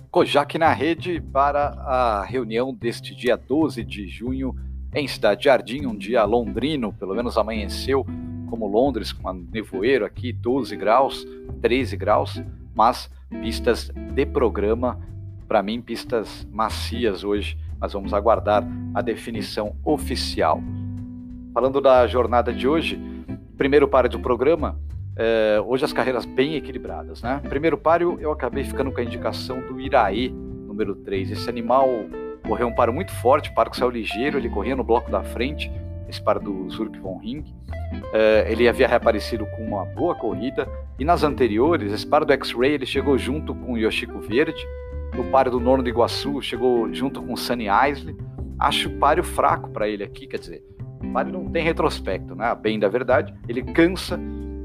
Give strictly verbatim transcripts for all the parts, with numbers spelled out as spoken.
Kojak na rede para a reunião deste dia doze de junho em Cidade Jardim, um dia londrino, pelo menos amanheceu como Londres, com um nevoeiro aqui, doze graus, treze graus, mas pistas de programa, para mim pistas macias hoje, mas vamos aguardar a definição oficial. Falando da jornada de hoje, primeiro páreo do programa, é, hoje as carreiras bem equilibradas, né? Primeiro páreo eu acabei ficando com a indicação do Iraí, número três. Esse animal correu um páreo muito forte, o páreo que saiu ligeiro, ele corria no bloco da frente, esse páreo do Zurich von Ring. É, ele havia reaparecido com uma boa corrida, e nas anteriores, esse páreo do X-Ray ele chegou junto com o Yoshiko Verde, no páreo do Norno do Iguaçu chegou junto com o Sunny Isley. Acho o páreo fraco para ele aqui, quer dizer, o páreo não tem retrospecto, né? Bem da verdade, ele cansa,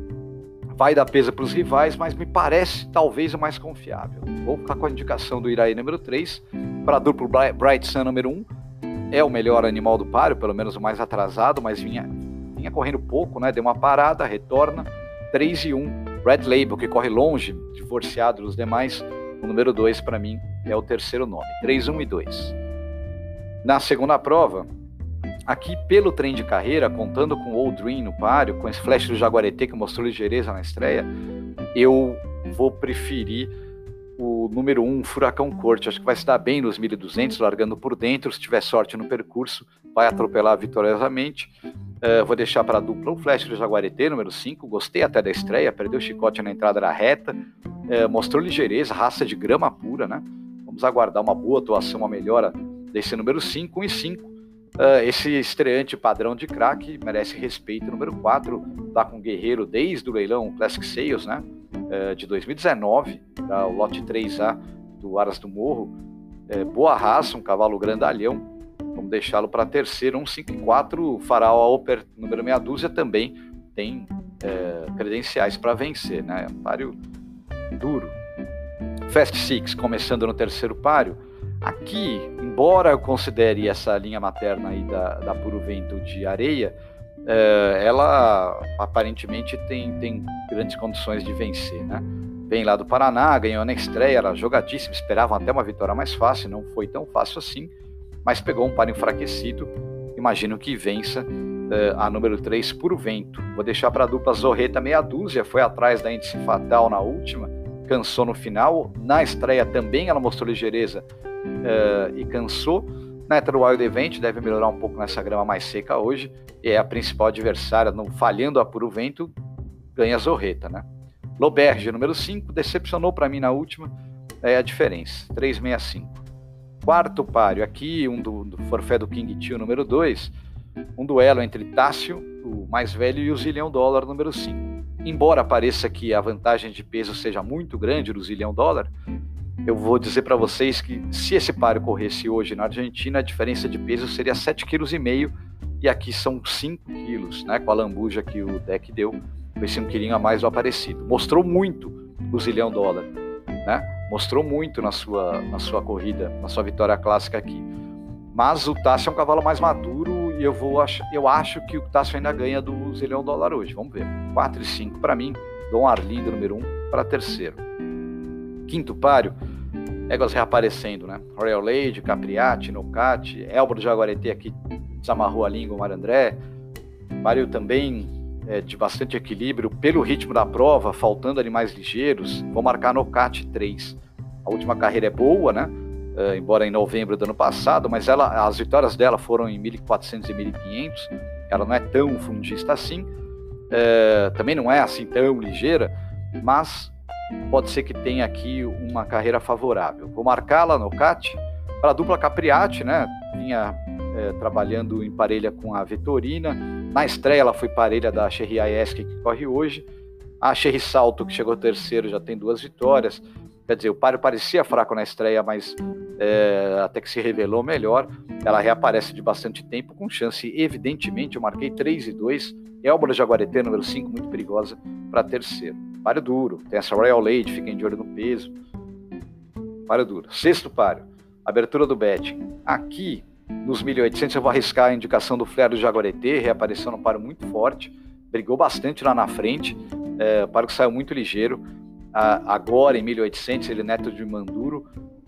vai dar peso para os rivais, mas me parece talvez o mais confiável. Vou ficar com a indicação do Iraí número três, para a duplo Bright Sun número um, é o melhor animal do páreo, pelo menos o mais atrasado, mas vinha, vinha correndo pouco, né? Deu uma parada, retorna, três e um, Red Label, que corre longe, divorciado dos demais, o número dois para mim é o terceiro nome, três, um e dois. Na segunda prova, aqui pelo trem de carreira, contando com o Old Dream no páreo, com esse flash do Jaguareté que mostrou ligeireza na estreia, eu vou preferir o número um, Furacão Corte. Acho que vai se dar bem nos mil e duzentos, largando por dentro. Se tiver sorte no percurso, vai atropelar vitoriosamente. Uh, vou deixar para a dupla o flash do Jaguareté, número cinco. Gostei até da estreia, perdeu o chicote na entrada da reta, uh, mostrou ligeireza, raça de grama pura, né? Vamos aguardar uma boa atuação, uma melhora desse número cinco, um e cinco. Uh, esse estreante padrão de craque merece respeito. Número quatro, tá com o Guerreiro desde o leilão Classic Sales, né? Uh, de dois mil e dezenove, para o lote três A do Aras do Morro. Uh, boa raça, um cavalo grandalhão. Vamos deixá-lo para terceiro, um cinco e quatro. Faraó Oper, número meia dúzia, também tem uh, credenciais para vencer, né? Um páreo duro. Fast Six, começando no terceiro páreo. Aqui, embora eu considere essa linha materna aí da, da Puro Vento de Areia, é, ela aparentemente tem, tem grandes condições de vencer, né? Vem lá do Paraná, ganhou na estreia, era jogadíssima, esperavam até uma vitória mais fácil, não foi tão fácil assim, mas pegou um par enfraquecido, imagino que vença é, a número três, Puro Vento. Vou deixar para a dupla Zorreta meia dúzia, foi atrás da Índice Fatal na última, cansou no final, na estreia também ela mostrou ligeireza, Uh, e cansou. Nether Wild Event deve melhorar um pouco nessa grama mais seca hoje, e é a principal adversária, não, falhando a Puro Vento, ganha a Zorreta, né? Loberge, número cinco, decepcionou para mim na última, é a diferença, três sessenta e cinco. Quarto páreo, aqui um do, do forfé do King Tio, número dois, um duelo entre Tássio, o mais velho, e o Zilhão Dólar, número cinco. Embora pareça que a vantagem de peso seja muito grande do Zilhão Dólar, eu vou dizer para vocês que se esse páreo corresse hoje na Argentina, a diferença de peso seria sete vírgula cinco quilos, e aqui são cinco quilos, né, com a lambuja que o deck deu, com esse um quilinho a mais do Aparecido. Mostrou muito o Zilhão Dólar, né? Mostrou muito na sua, na sua corrida, na sua vitória clássica aqui. Mas o Tássio é um cavalo mais maduro, e eu, vou ach... eu acho que o Tássio ainda ganha do Zilhão Dólar hoje. Vamos ver. quatro e cinco para mim, Dom Arlindo, número um, para terceiro. Quinto páreo, éguas reaparecendo, né? Royal Lady, Capriati, Nocati, Elba do Jaguareté aqui desamarrou a língua, o Mário André. Páreo também é, de bastante equilíbrio pelo ritmo da prova, faltando animais ligeiros. Vou marcar Nocati três. A última carreira é boa, né? É, embora em novembro do ano passado, mas ela, as vitórias dela foram em mil e quatrocentos e mil e quinhentos. Ela não é tão fundista assim. É, também não é assim tão ligeira, mas pode ser que tenha aqui uma carreira favorável. Vou marcá-la no C A T para a dupla Capriati, né? Vinha é, trabalhando em parelha com a Vitorina. Na estreia ela foi parelha da Cherry Aesk, que corre hoje. A Cherry Salto, que chegou terceiro, já tem duas vitórias. Quer dizer, o páreo parecia fraco na estreia, mas é, até que se revelou melhor. Ela reaparece de bastante tempo, com chance, evidentemente. Eu marquei três e dois. Elba do Jaguareté, número cinco, muito perigosa, para terceiro. Páreo duro, tem essa Royal Lady, fiquem de olho no peso. Páreo duro. Sexto páreo, abertura do betting. Aqui, nos mil e oitocentos, eu vou arriscar a indicação do Flair do Jaguareté, reapareceu num páreo muito forte, brigou bastante lá na frente, é, o páreo que saiu muito ligeiro. Ah, agora, em mil e oitocentos, ele é neto de Manduro,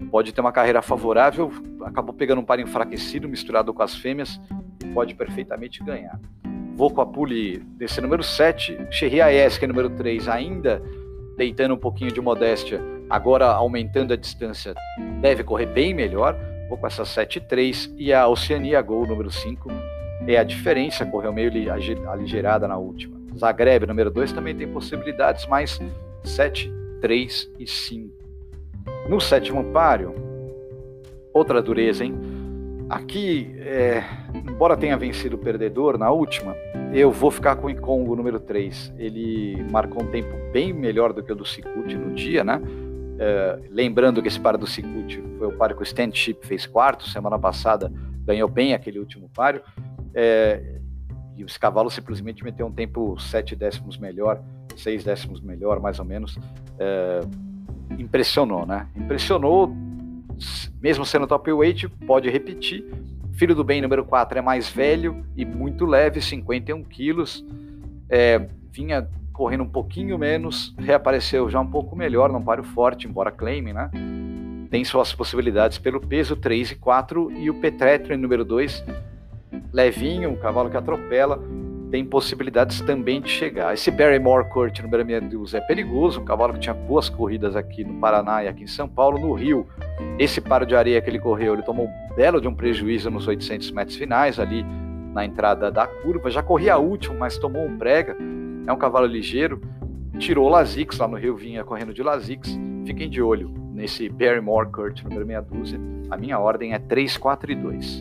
pode ter uma carreira favorável, acabou pegando um par enfraquecido misturado com as fêmeas e pode perfeitamente ganhar. Vou com a pule desse número sete, Cherry A S, que é número três, ainda deitando um pouquinho de modéstia, agora aumentando a distância, deve correr bem melhor. Vou com essa sete três e a Oceania Gol, número cinco, é a diferença, correu meio aligeirada na última. Zagreb, número dois, também tem possibilidades, mas sete, três e cinco. No sétimo páreo, outra dureza, hein? Aqui, é, embora tenha vencido o perdedor na última, eu vou ficar com o Ikongo número três. Ele marcou um tempo bem melhor do que o do Cicuti no dia, né? É, lembrando que esse páreo do Cicuti foi o páreo que o Stand Chip fez quarto, semana passada ganhou bem aquele último páreo. É, e esse cavalo simplesmente meteu um tempo sete décimos melhor, seis décimos melhor, mais ou menos. É, impressionou, né? Impressionou. Mesmo sendo top weight, pode repetir. Filho do Bem, número quatro, é mais velho e muito leve, cinquenta e um quilos. É, vinha correndo um pouquinho menos, reapareceu já um pouco melhor, não páreo forte, embora claime, né? Tem suas possibilidades pelo peso, três e quatro. E o Petretri, número dois, levinho, um cavalo que atropela, tem possibilidades também de chegar. Esse Barrymore Court, número meia dúzia, é perigoso, um cavalo que tinha boas corridas aqui no Paraná e aqui em São Paulo. No Rio, esse paro de areia que ele correu, ele tomou um belo de um prejuízo nos oitocentos metros finais, ali na entrada da curva. Já corria a última, mas tomou um prega. É um cavalo ligeiro, tirou Lasix, lá no Rio vinha correndo de Lasix. Fiquem de olho nesse Barrymore Court, número meia dúzia. A minha ordem é três, quatro e dois.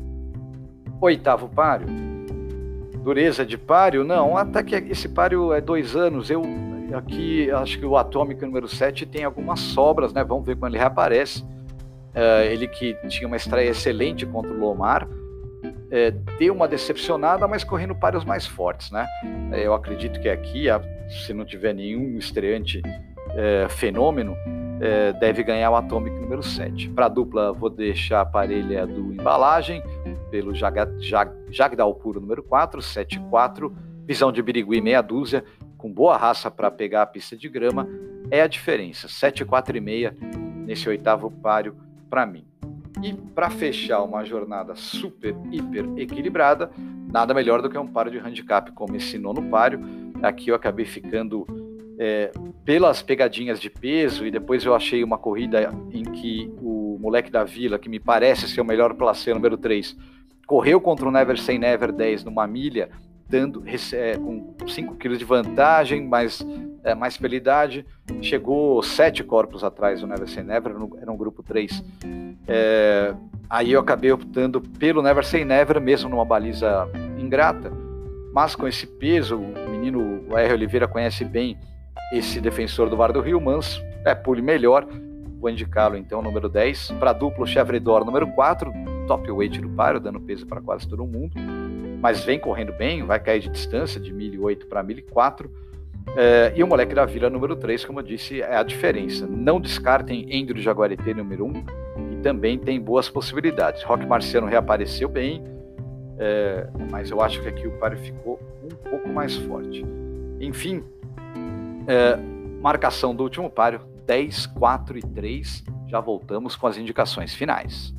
Oitavo páreo. Dureza de páreo? Não, até que esse páreo é dois anos. Eu aqui acho que o Atômico número sete tem algumas sobras, né? Vamos ver quando ele reaparece. Uh, ele que tinha uma estreia excelente contra o Lomar, é, deu uma decepcionada, mas correndo páreos mais fortes, né? É, eu acredito que aqui, se não tiver nenhum estreante é, fenômeno, é, deve ganhar o Atômico número sete. Para a dupla, vou deixar a parelha do Embalagem, pelo Jag, Jag, Jagdal Puro número quatro, sete quatro, Visão de Birigui meia dúzia, com boa raça para pegar a pista de grama, é a diferença, sete quatro e meia nesse oitavo páreo para mim. E para fechar uma jornada super, hiper equilibrada, nada melhor do que um páreo de handicap como esse nono páreo. Aqui eu acabei ficando é, pelas pegadinhas de peso, e depois eu achei uma corrida em que o moleque da Vila, que me parece ser o melhor placê, número três, correu contra o Never Say Never dez numa milha, dando, é, com cinco quilos de vantagem, mas é, mais pela idade, chegou sete corpos atrás do Never Say Never, era um grupo três. É, aí eu acabei optando pelo Never Say Never, mesmo numa baliza ingrata, mas com esse peso, o menino o R. Oliveira conhece bem esse defensor do VAR do Rio, Manso, é pule melhor, vou indicá-lo então, número dez. Para duplo, Chevredor, número quatro, top weight do páreo, dando peso para quase todo mundo, mas vem correndo bem, vai cair de distância de mil e oito para mil e quatro. É, e o moleque da Vila, número três, como eu disse, é a diferença. Não descartem Endro Jaguarete, número um, que também tem boas possibilidades. Roque Marciano reapareceu bem, é, mas eu acho que aqui o páreo ficou um pouco mais forte. Enfim, é, marcação do último páreo, dez, quatro e três. Já voltamos com as indicações finais.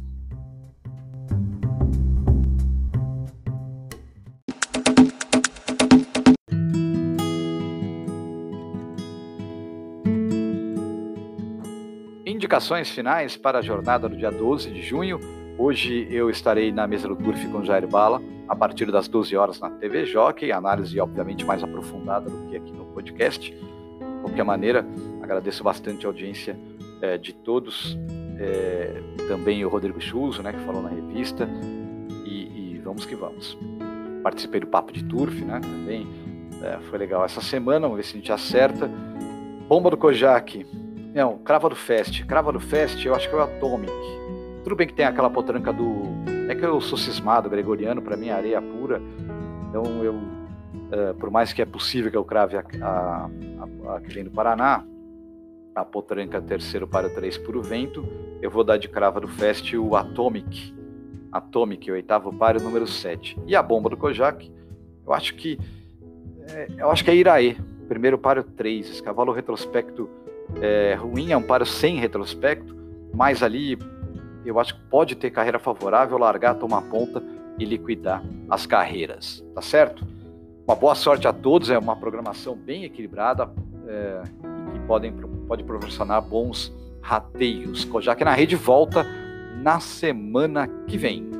Indicações finais para a jornada do dia doze de junho. Hoje eu estarei na mesa do Turf com Jair Bala, a partir das doze horas na T V Jockey, análise obviamente mais aprofundada do que aqui no podcast. De qualquer maneira, agradeço bastante a audiência é, de todos, é, também o Rodrigo Chuso, né, que falou na revista, e, e vamos que vamos. Participei do Papo de Turf, né, também, é, foi legal essa semana, vamos ver se a gente acerta. Bomba do Kojak. Não, Crava do Fest. Crava do Fest, eu acho que é o Atomic. Tudo bem que tem aquela potranca do... É que eu sou cismado, gregoriano, para mim é areia pura. Então eu, uh, por mais que é possível que eu crave a, a, a, a que vem do Paraná, a potranca terceiro para o três puro vento, eu vou dar de Crava do Fest o Atomic. Atomic, o oitavo páreo, número sete. E a Bomba do Kojak, eu acho que... É, eu acho que é Iraê. Primeiro páreo três. Esse cavalo retrospecto é ruim, é um páreo sem retrospecto, mas ali eu acho que pode ter carreira favorável, largar, tomar ponta e liquidar as carreiras, tá certo? Uma boa sorte a todos, é uma programação bem equilibrada é, e que podem, pode proporcionar bons rateios. Kojak na Rede volta na semana que vem.